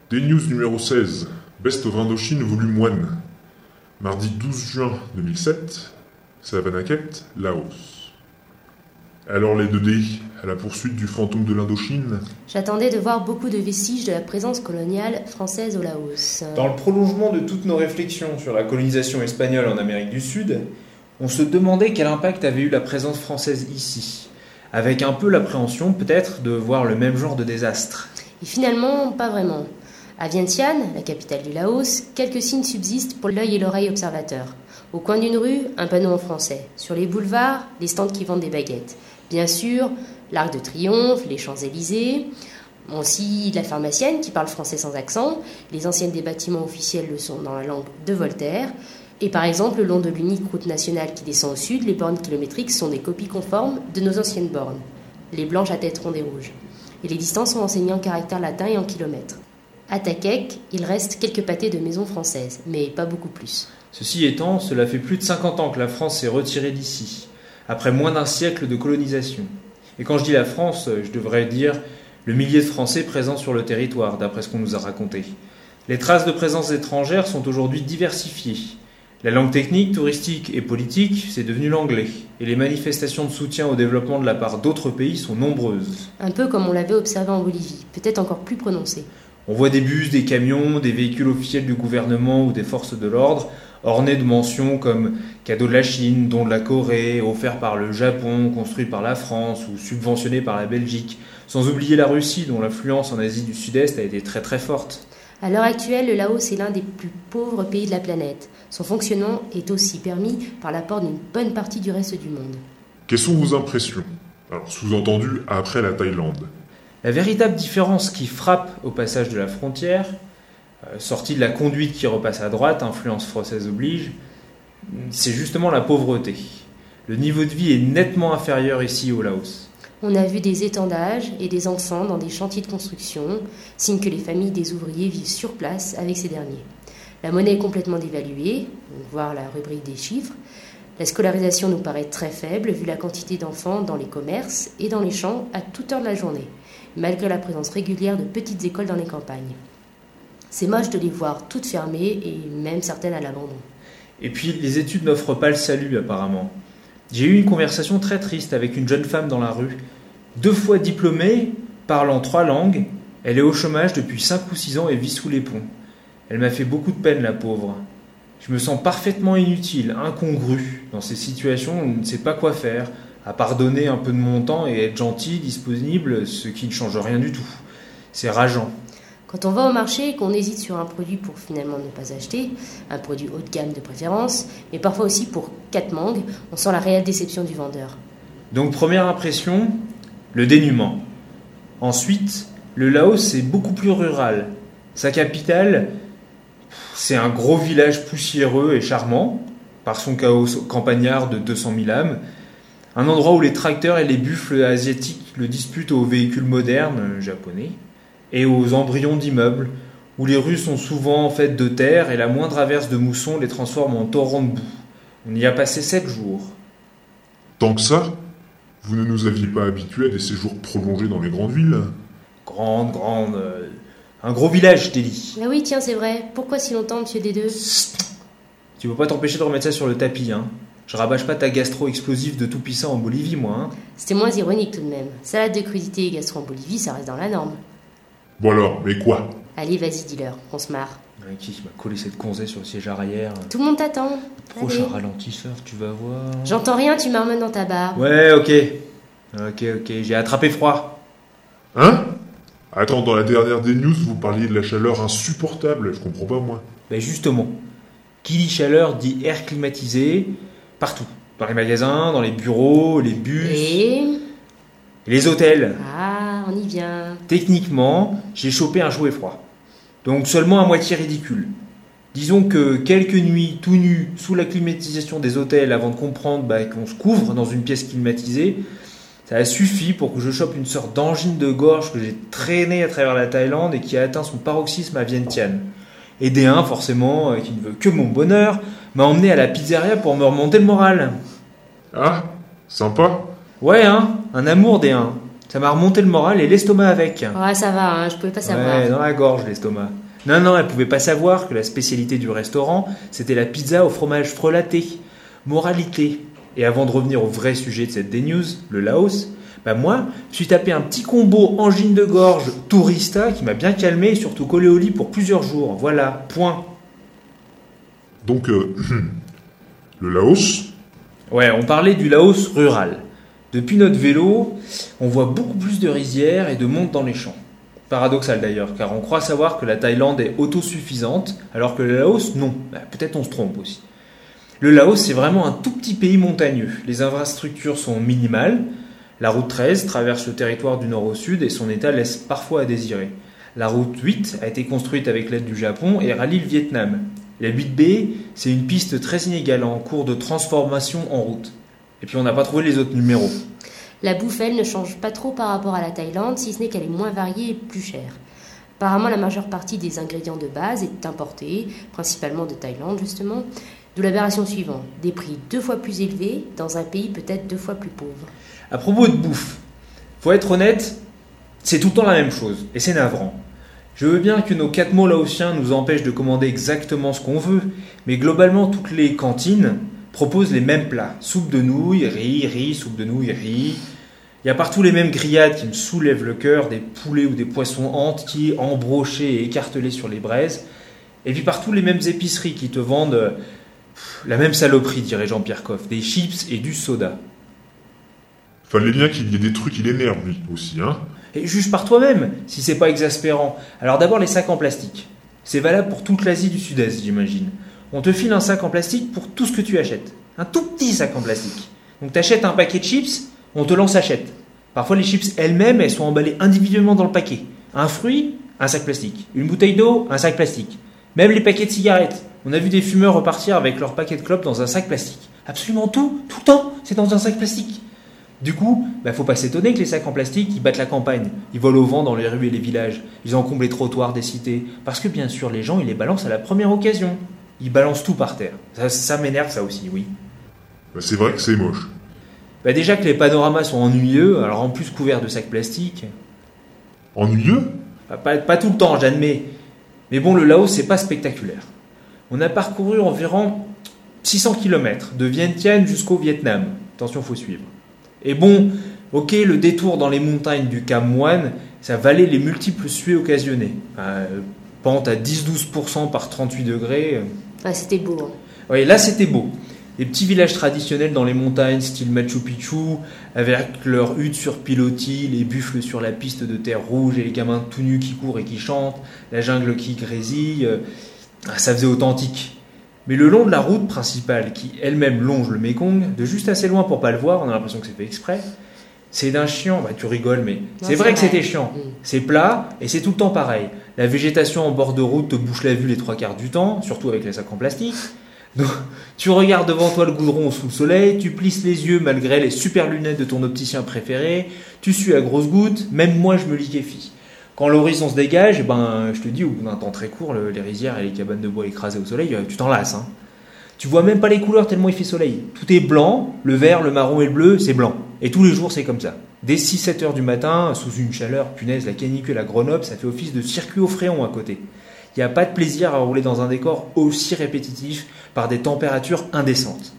D-News numéro 16, Best of Indochine volume 1. Mardi 12 juin 2007, Savannakhet, Laos. Alors les 2D, à la poursuite du fantôme de l'Indochine. J'attendais de voir beaucoup de vestiges de la présence coloniale française au Laos. Dans le prolongement de toutes nos réflexions sur la colonisation espagnole en Amérique du Sud, on se demandait quel impact avait eu la présence française ici, avec un peu l'appréhension peut-être de voir le même genre de désastre. Et finalement, pas vraiment. À Vientiane, la capitale du Laos, quelques signes subsistent pour l'œil et l'oreille observateurs. Au coin d'une rue, un panneau en français. Sur les boulevards, les stands qui vendent des baguettes. Bien sûr, l'Arc de Triomphe, les Champs-Élysées, aussi la pharmacienne qui parle français sans accent. Les anciennes des bâtiments officiels le sont dans la langue de Voltaire. Et par exemple, le long de l'unique route nationale qui descend au sud, les bornes kilométriques sont des copies conformes de nos anciennes bornes. Les blanches à tête ronde et rouge. Et les distances sont enseignées en caractères latins et en kilomètres. À Takek, il reste quelques pâtés de maisons françaises, mais pas beaucoup plus. Ceci étant, cela fait plus de 50 ans que la France s'est retirée d'ici, après moins d'un siècle de colonisation. Et quand je dis la France, je devrais dire le millier de Français présents sur le territoire, d'après ce qu'on nous a raconté. Les traces de présence étrangère sont aujourd'hui diversifiées. La langue technique, touristique et politique, c'est devenu l'anglais. Et les manifestations de soutien au développement de la part d'autres pays sont nombreuses. Un peu comme on l'avait observé en Bolivie, peut-être encore plus prononcé. On voit des bus, des camions, des véhicules officiels du gouvernement ou des forces de l'ordre, ornés de mentions comme cadeau de la Chine, don de la Corée, offert par le Japon, construit par la France ou subventionné par la Belgique, sans oublier la Russie dont l'influence en Asie du Sud-Est a été très très forte. À l'heure actuelle, le Laos est l'un des plus pauvres pays de la planète. Son fonctionnement est aussi permis par l'apport d'une bonne partie du reste du monde. Quelles sont vos impressions? Alors, sous-entendu, après la Thaïlande. La véritable différence qui frappe au passage de la frontière, sortie de la conduite qui repasse à droite, influence française oblige, c'est justement la pauvreté. Le niveau de vie est nettement inférieur ici au Laos. On a vu des étendages et des enfants dans des chantiers de construction, signe que les familles des ouvriers vivent sur place avec ces derniers. La monnaie est complètement dévaluée, voir la rubrique des chiffres. La scolarisation nous paraît très faible vu la quantité d'enfants dans les commerces et dans les champs à toute heure de la journée, malgré la présence régulière de petites écoles dans les campagnes. C'est moche de les voir toutes fermées et même certaines à l'abandon. Et puis les études n'offrent pas le salut apparemment. J'ai eu une conversation très triste avec une jeune femme dans la rue. 2 fois diplômée, parlant 3 langues, elle est au chômage depuis 5 ou 6 ans et vit sous les ponts. Elle m'a fait beaucoup de peine, la pauvre. Je me sens parfaitement inutile, incongru. Dans ces situations, on ne sait pas quoi faire, à part donner un peu de mon temps et être gentil, disponible, ce qui ne change rien du tout. C'est rageant. Quand on va au marché et qu'on hésite sur un produit pour finalement ne pas acheter, un produit haut de gamme de préférence, mais parfois aussi pour 4 mangues, on sent la réelle déception du vendeur. Donc première impression, le dénuement. Ensuite, le Laos c'est beaucoup plus rural. Sa capitale, c'est un gros village poussiéreux et charmant, par son chaos campagnard de 200 000 âmes. Un endroit où les tracteurs et les buffles asiatiques le disputent aux véhicules modernes, japonais, et aux embryons d'immeubles, où les rues sont souvent faites de terre et la moindre averse de mousson les transforme en torrents de boue. On y a passé 7 jours. Tant que ça, vous ne nous aviez pas habitués à des séjours prolongés dans les grandes villes? Un gros village, je t'ai dit. Ah oui, tiens, c'est vrai. Pourquoi si longtemps, monsieur D2? Tu peux pas t'empêcher de remettre ça sur le tapis, hein. Je rabâche pas ta gastro explosive de tout puissant en Bolivie, moi, hein. C'était moins ironique tout de même. Salade de crudité et gastro en Bolivie, ça reste dans la norme. Bon alors, mais quoi? Allez, vas-y, dis-leur, on se marre. Qui m'a collé cette gonzesse sur le siège arrière? Tout le monde t'attend. Prochain ralentisseur, tu vas voir. J'entends rien, tu marmonnes dans ta barre. Ouais, ok, j'ai attrapé froid. Hein? Attends, dans la dernière des news, vous parliez de la chaleur insupportable, je comprends pas moi. Ben justement, qui dit chaleur dit air climatisé, partout. Dans les magasins, dans les bureaux, les bus... Et les hôtels. Ah, on y vient. Techniquement, j'ai chopé un chaud et froid. Donc seulement à moitié ridicule. Disons que quelques nuits tout nu sous la climatisation des hôtels avant de comprendre qu'on se couvre dans une pièce climatisée, ça a suffi pour que je chope une sorte d'angine de gorge que j'ai traînée à travers la Thaïlande et qui a atteint son paroxysme à Vientiane. Et D1, forcément, qui ne veut que mon bonheur, m'a emmené à la pizzeria pour me remonter le moral. Ah, sympa. Ouais, hein, un amour D1. Ça m'a remonté le moral et l'estomac avec. Ouais, ça va, hein, je pouvais pas savoir. Ouais, dans la gorge, l'estomac. Non, elle pouvait pas savoir que la spécialité du restaurant, c'était la pizza au fromage frelaté. Moralité. Et avant de revenir au vrai sujet de cette D-News, le Laos, moi, je suis tapé un petit combo angine de gorge tourista qui m'a bien calmé et surtout collé au lit pour plusieurs jours. Voilà, point. Donc, le Laos, Ouais, on parlait du Laos rural. Depuis notre vélo, on voit beaucoup plus de rizières et de monde dans les champs. Paradoxal d'ailleurs, car on croit savoir que la Thaïlande est autosuffisante, alors que le Laos, non. Peut-être on se trompe aussi. Le Laos, c'est vraiment un tout petit pays montagneux. Les infrastructures sont minimales. La route 13 traverse le territoire du nord au sud et son état laisse parfois à désirer. La route 8 a été construite avec l'aide du Japon et rallie le Vietnam. La 8B, c'est une piste très inégale en cours de transformation en route. Et puis on n'a pas trouvé les autres numéros. La bouffe, elle, ne change pas trop par rapport à la Thaïlande, si ce n'est qu'elle est moins variée et plus chère. Apparemment, la majeure partie des ingrédients de base est importée, principalement de Thaïlande justement, d'où l'aberration suivante, des prix 2 fois plus élevés dans un pays peut-être 2 fois plus pauvre. À propos de bouffe, faut être honnête, c'est tout le temps la même chose, et c'est navrant. Je veux bien que nos 4 mots laotiens nous empêchent de commander exactement ce qu'on veut, mais globalement, toutes les cantines proposent les mêmes plats. Soupe de nouilles, riz, soupe de nouilles, riz. Il y a partout les mêmes grillades qui me soulèvent le cœur, des poulets ou des poissons entiers, embrochés et écartelés sur les braises. Et puis partout les mêmes épiceries qui te vendent la même saloperie, dirait Jean-Pierre Coff, des chips et du soda. fallait bien qu'il y ait des trucs qui l'énervent, lui, aussi, hein. Et juge par toi-même, si c'est pas exaspérant. Alors d'abord les sacs en plastique. C'est valable pour toute l'Asie du Sud-Est, j'imagine. On te file un sac en plastique pour tout ce que tu achètes. Un tout petit sac en plastique. Donc t'achètes un paquet de chips, on te lance achète. Parfois les chips elles-mêmes, elles sont emballées individuellement dans le paquet. Un fruit, un sac plastique. Une bouteille d'eau, un sac plastique. Même les paquets de cigarettes. On a vu des fumeurs repartir avec leur paquet de clopes dans un sac plastique. Absolument tout le temps, c'est dans un sac plastique. Du coup, faut pas s'étonner que les sacs en plastique, ils battent la campagne. Ils volent au vent dans les rues et les villages. Ils encombrent les trottoirs des cités. Parce que bien sûr, les gens, ils les balancent à la première occasion. Ils balancent tout par terre. Ça m'énerve, ça aussi, oui. C'est vrai que c'est moche. Déjà que les panoramas sont ennuyeux, alors en plus couverts de sacs plastiques. Ennuyeux ? Pas tout le temps, j'admets. Mais bon, le Laos, c'est pas spectaculaire. On a parcouru environ 600 km, de Vientiane jusqu'au Vietnam. Attention, faut suivre. Et bon, ok, le détour dans les montagnes du Cam Muan, ça valait les multiples suées occasionnées. Pente à 10-12% par 38 degrés. Ah, c'était beau. Hein. Oui, là c'était beau. Des petits villages traditionnels dans les montagnes, style Machu Picchu, avec leurs huttes sur pilotis, les buffles sur la piste de terre rouge et les gamins tout nus qui courent et qui chantent, la jungle qui grésille. Ça faisait authentique. Mais le long de la route principale, qui elle-même longe le Mékong, de juste assez loin pour pas le voir, on a l'impression que c'est fait exprès, c'est d'un chiant. Tu rigoles, mais c'est vrai que c'était chiant. C'est plat et c'est tout le temps pareil. La végétation en bord de route te bouche la vue les 3/4 du temps, surtout avec les sacs en plastique. Donc, tu regardes devant toi le goudron sous le soleil, tu plisses les yeux malgré les super lunettes de ton opticien préféré, tu sues à grosses gouttes, même moi je me liquéfie. Quand l'horizon se dégage, je te dis, au bout d'un temps très court, les rizières et les cabanes de bois écrasées au soleil, tu t'en lasses. Hein. Tu vois même pas les couleurs tellement il fait soleil. Tout est blanc, le vert, le marron et le bleu, c'est blanc. Et tous les jours, c'est comme ça. Dès 6-7 heures du matin, sous une chaleur, punaise, la canicule à Grenoble, ça fait office de circuit au fréon à côté. Il n'y a pas de plaisir à rouler dans un décor aussi répétitif par des températures indécentes.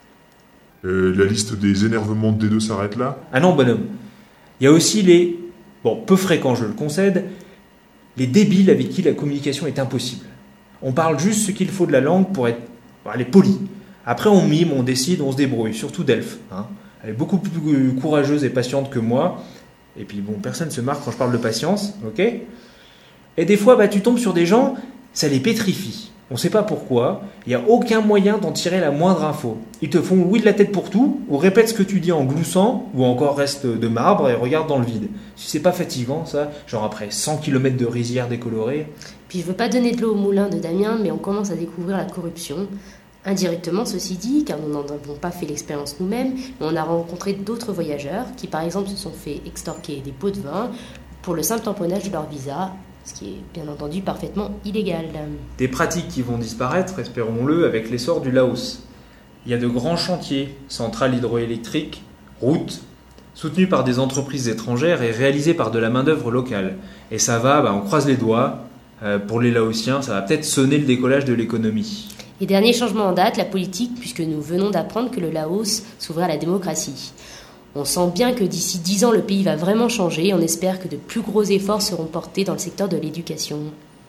La liste des énervements de D2 s'arrête là ? Ah non, bonhomme. Il y a aussi les... peu fréquents, je le concède, les débiles avec qui la communication est impossible. On parle juste ce qu'il faut de la langue pour être poli. Après, on mime, on décide, on se débrouille. Surtout Delphes. Hein. Elle est beaucoup plus courageuse et patiente que moi. Et puis, personne ne se marre quand je parle de patience, ok ? Et des fois, tu tombes sur des gens, ça les pétrifie. On ne sait pas pourquoi. Il n'y a aucun moyen d'en tirer la moindre info. Ils te font oui de la tête pour tout, ou répètent ce que tu dis en gloussant, ou encore restent de marbre et regardent dans le vide. Si c'est pas fatigant, ça, genre après 100 km de rizières décolorées. Puis je veux pas donner de l'eau au moulin de Damien, mais on commence à découvrir la corruption. Indirectement, ceci dit, car nous n'en avons pas fait l'expérience nous-mêmes, mais on a rencontré d'autres voyageurs qui, par exemple, se sont fait extorquer des pots de vin pour le simple tamponnage de leur visa, ce qui est bien entendu parfaitement illégal. Des pratiques qui vont disparaître, espérons-le, avec l'essor du Laos. Il y a de grands chantiers, centrales hydroélectriques, routes, soutenu par des entreprises étrangères et réalisé par de la main-d'œuvre locale. Et ça va, on croise les doigts. Pour les Laotiens, ça va peut-être sonner le décollage de l'économie. Et dernier changement en date, la politique, puisque nous venons d'apprendre que le Laos s'ouvrait à la démocratie. On sent bien que d'ici 10 ans, le pays va vraiment changer. On espère que de plus gros efforts seront portés dans le secteur de l'éducation.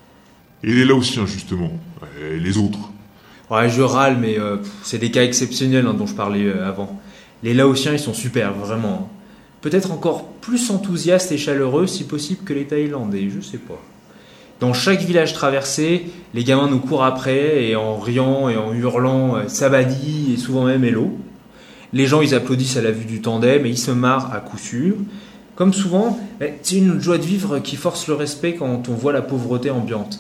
Et les Laotiens, justement, et les autres. Ouais, je râle, mais c'est des cas exceptionnels dont je parlais avant. Les Laotiens, ils sont super, vraiment. Peut-être encore plus enthousiastes et chaleureux, si possible, que les Thaïlandais, je sais pas. Dans chaque village traversé, les gamins nous courent après, et en riant et en hurlant Sabadi et souvent même Hello. Les gens, ils applaudissent à la vue du tandem et ils se marrent à coup sûr. Comme souvent, c'est une joie de vivre qui force le respect quand on voit la pauvreté ambiante.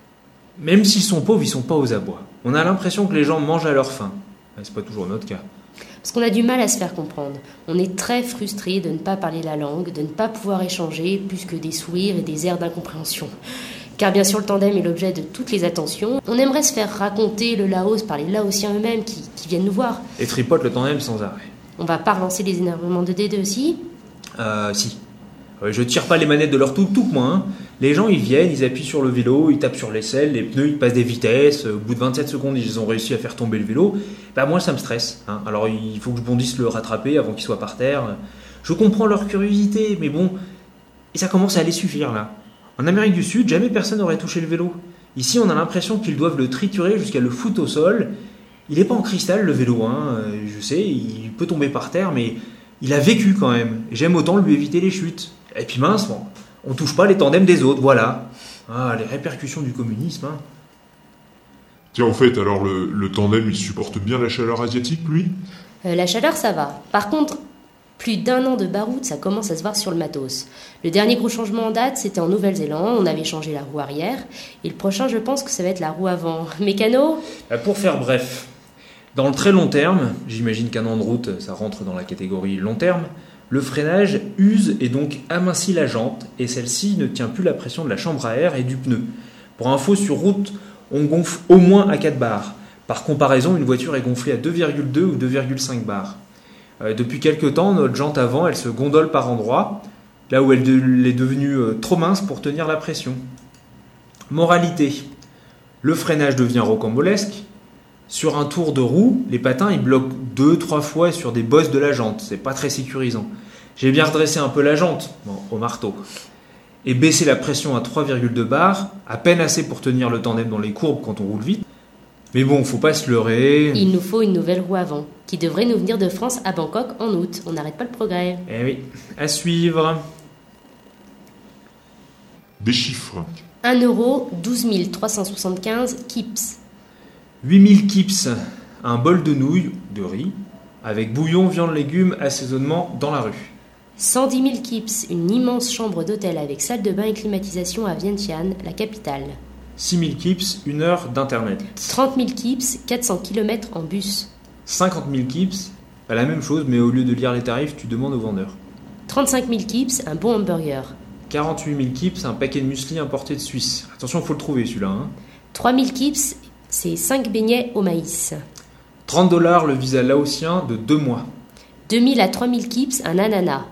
Même s'ils sont pauvres, ils sont pas aux abois. On a l'impression que les gens mangent à leur faim. C'est pas toujours notre cas. Parce qu'on a du mal à se faire comprendre. On est très frustré de ne pas parler la langue, de ne pas pouvoir échanger plus que des sourires et des airs d'incompréhension. Car bien sûr, le tandem est l'objet de toutes les attentions. On aimerait se faire raconter le Laos par les Laotiens eux-mêmes qui viennent nous voir. Et tripotent le tandem sans arrêt. On va pas relancer les énervements de D2 aussi ? Si. Je tire pas les manettes de leur tuk-tuk, moi. Hein. Les gens, ils viennent, ils appuient sur le vélo, ils tapent sur l'aisselle, les pneus, ils passent des vitesses. Au bout de 27 secondes, ils ont réussi à faire tomber le vélo. Moi, ça me stresse. Hein. Alors, il faut que je bondisse le rattraper avant qu'il soit par terre. Je comprends leur curiosité, mais bon... Et ça commence à les suffire, là. En Amérique du Sud, jamais personne n'aurait touché le vélo. Ici, on a l'impression qu'ils doivent le triturer jusqu'à le foutre au sol. Il n'est pas en cristal, le vélo, hein. Je sais, il peut tomber par terre, mais il a vécu quand même. Et j'aime autant lui éviter les chutes. Et puis mince, on touche pas les tandems des autres, voilà. Ah, les répercussions du communisme, hein. Tiens, en fait, alors le tandem, il supporte bien la chaleur asiatique, lui ? La chaleur, ça va. Par contre, plus d'1 an de baroud, ça commence à se voir sur le matos. Le dernier gros changement en date, c'était en Nouvelle-Zélande. On avait changé la roue arrière. Et le prochain, je pense que ça va être la roue avant. Mécano ? Pour faire bref, dans le très long terme, j'imagine qu'un an de route, ça rentre dans la catégorie long terme, le freinage use et donc amincit la jante, et celle-ci ne tient plus la pression de la chambre à air et du pneu. Pour info, sur route, on gonfle au moins à 4 bars. Par comparaison, une voiture est gonflée à 2,2 ou 2,5 bars. Depuis quelques temps, notre jante avant, elle se gondole par endroits, là où elle est devenue trop mince pour tenir la pression. Moralité, le freinage devient rocambolesque. Sur un tour de roue, les patins ils bloquent 2-3 fois sur des bosses de la jante, c'est pas très sécurisant. J'ai bien redressé un peu la jante, au marteau, et baissé la pression à 3,2 bars, à peine assez pour tenir le tandem dans les courbes quand on roule vite. Mais bon, faut pas se leurrer. Il nous faut une nouvelle roue avant, qui devrait nous venir de France à Bangkok en août. On n'arrête pas le progrès. Eh oui, à suivre. Des chiffres. 1 euro, 12 375 kips. 8000 kips, un bol de nouilles, de riz, avec bouillon, viande, légumes, assaisonnement dans la rue. 110 000 kips, une immense chambre d'hôtel avec salle de bain et climatisation à Vientiane, la capitale. 6000 kips, 1 heure d'internet. 30 000 kips, 400 km en bus. 50 000 kips, la même chose, mais au lieu de lire les tarifs, tu demandes au vendeur. 35 000 kips, un bon hamburger. 48 000 kips, un paquet de muesli importé de Suisse. Attention, il faut le trouver celui-là. Hein. 3 000 kips, c'est 5 beignets au maïs. 30$ le visa laotien de 2 mois. 2 000 à 3 000 kips, un ananas.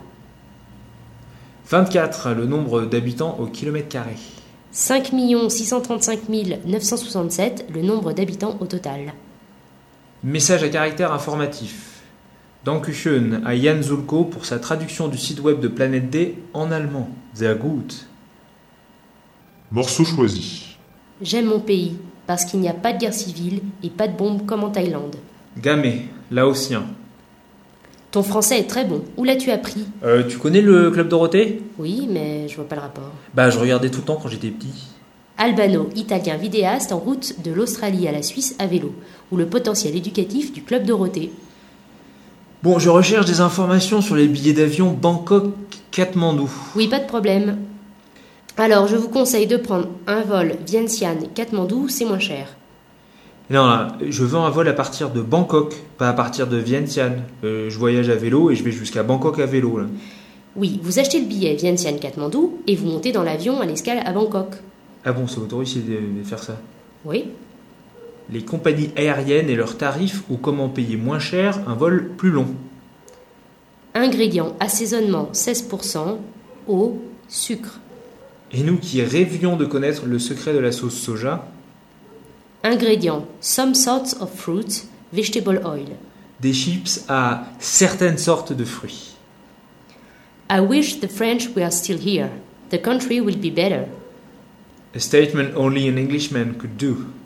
24, le nombre d'habitants au kilomètre carré. 5 635 967, le nombre d'habitants au total. Message à caractère informatif. Dankeschön à Jan Zulko pour sa traduction du site web de Planète D en allemand. Sehr gut. Morceau choisi. J'aime mon pays, parce qu'il n'y a pas de guerre civile et pas de bombes comme en Thaïlande. Gamay, laotien. Ton français est très bon. Où l'as-tu appris ? Tu connais le Club Dorothée ? Oui, mais je vois pas le rapport. Je regardais tout le temps quand j'étais petit. Albano, italien vidéaste en route de l'Australie à la Suisse à vélo, ou le potentiel éducatif du Club Dorothée. Bon, je recherche des informations sur les billets d'avion Bangkok-Katmandou. Oui, pas de problème. Alors, je vous conseille de prendre un vol Vientiane-Katmandou, c'est moins cher. Non, là, je veux un vol à partir de Bangkok, pas à partir de Vientiane. Je voyage à vélo et je vais jusqu'à Bangkok à vélo. Là. Oui, vous achetez le billet Vientiane-Katmandou et vous montez dans l'avion à l'escale à Bangkok. Ah bon, c'est autorisé de faire ça ? Oui. Les compagnies aériennes et leurs tarifs ou comment payer moins cher un vol plus long. Ingrédients, assaisonnement 16%, eau, sucre. Et nous qui rêvions de connaître le secret de la sauce soja, Ingrédients, some sorts of fruit, vegetable oil. des chips à certaines sortes de fruits. I wish the French were still here. The country will be better. A statement only an Englishman could do.